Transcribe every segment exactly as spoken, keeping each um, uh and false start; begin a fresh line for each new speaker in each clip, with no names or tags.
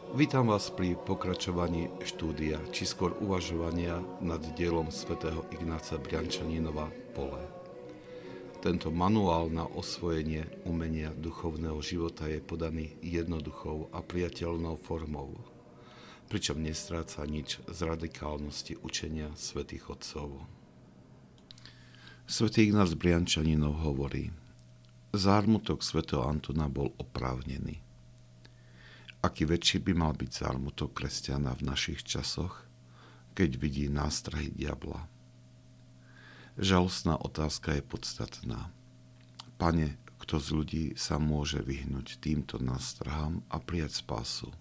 Vítam vás pri pokračovaní štúdia, či skôr uvažovania nad dielom svätého Ignáca Briančaninova Pole. Tento manuál na osvojenie umenia duchovného života je podaný jednoduchou a priateľnou formou, pričom nestráca nič z radikálnosti učenia svätých otcov. Svätý Ignác Briančaninov hovorí: zármutok svätého Antona bol oprávnený. Aký väčší by mal byť zármutok kresťana v našich časoch, keď vidí nástrahy diabla? Žalostná otázka je podstatná. Pane, kto z ľudí sa môže vyhnúť týmto nástrahám a prijať spásu?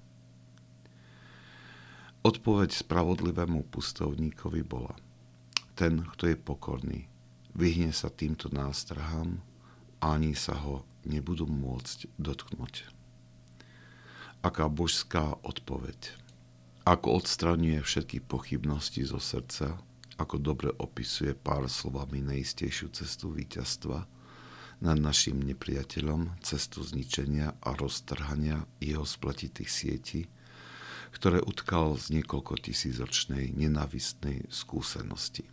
Odpoveď spravodlivému pustovníkovi bola: ten, kto je pokorný, vyhne sa týmto nástrahám a ani sa ho nebudú môcť dotknúť. Aká božská odpoveď. Ako odstraňuje všetky pochybnosti zo srdca, ako dobre opisuje pár slovami najistejšiu cestu víťazstva nad našim nepriateľom, cestu zničenia a roztrhania jeho spletitých sietí, ktoré utkal z niekoľko tisícročnej nenávistnej skúsenosti.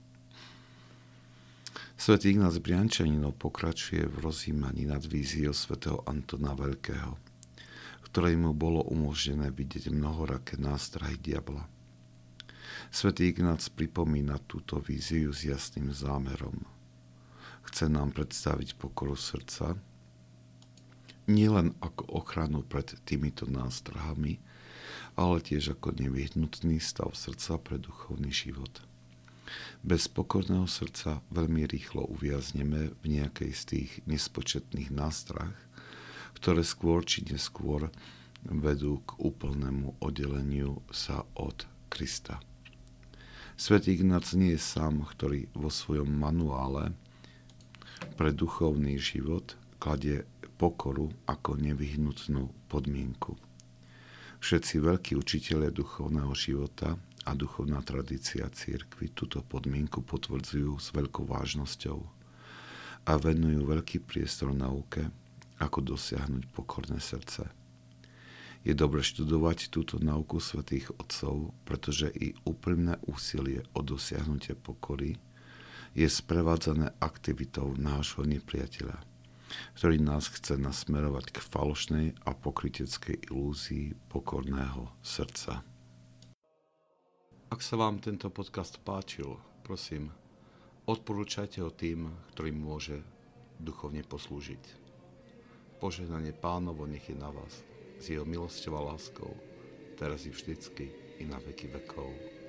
Svätý Ignác Briančaninov pokračuje v rozjímaní nad víziou svätého Antona Veľkého, ktorej mu bolo umožnené vidieť mnohoraké nástrahy diabla. Svätý Ignác pripomína túto víziu s jasným zámerom. Chce nám predstaviť pokoru srdca, nielen ako ochranu pred týmito nástrahami, ale tiež ako nevyhnutný stav srdca pre duchovný život. Bez pokorného srdca veľmi rýchlo uviazneme v nejakej z tých nespočetných nástrah, ktoré skôr či neskôr vedú k úplnému oddeleniu sa od Krista. Svätý Ignác nie je sám, ktorý vo svojom manuále pre duchovný život kladie pokoru ako nevyhnutnú podmienku. Všetci veľkí učitelia duchovného života a duchovná tradícia cirkvi túto podmienku potvrdzujú s veľkou vážnosťou a venujú veľký priestor nauke, ako dosiahnuť pokorné srdce. Je dobre študovať túto nauku svätých otcov, pretože i úprimné úsilie o dosiahnutie pokory je sprevádzané aktivitou nášho nepriateľa, ktorý nás chce nasmerovať k falošnej a pokryteckej ilúzii pokorného srdca. Ak sa vám tento podcast páčil, prosím, odporúčajte ho tým, ktorým môže duchovne poslúžiť. Požehnanie Pánovo nech je na vás, s jeho milosťou a láskou, teraz i vždycky, i na veky vekov.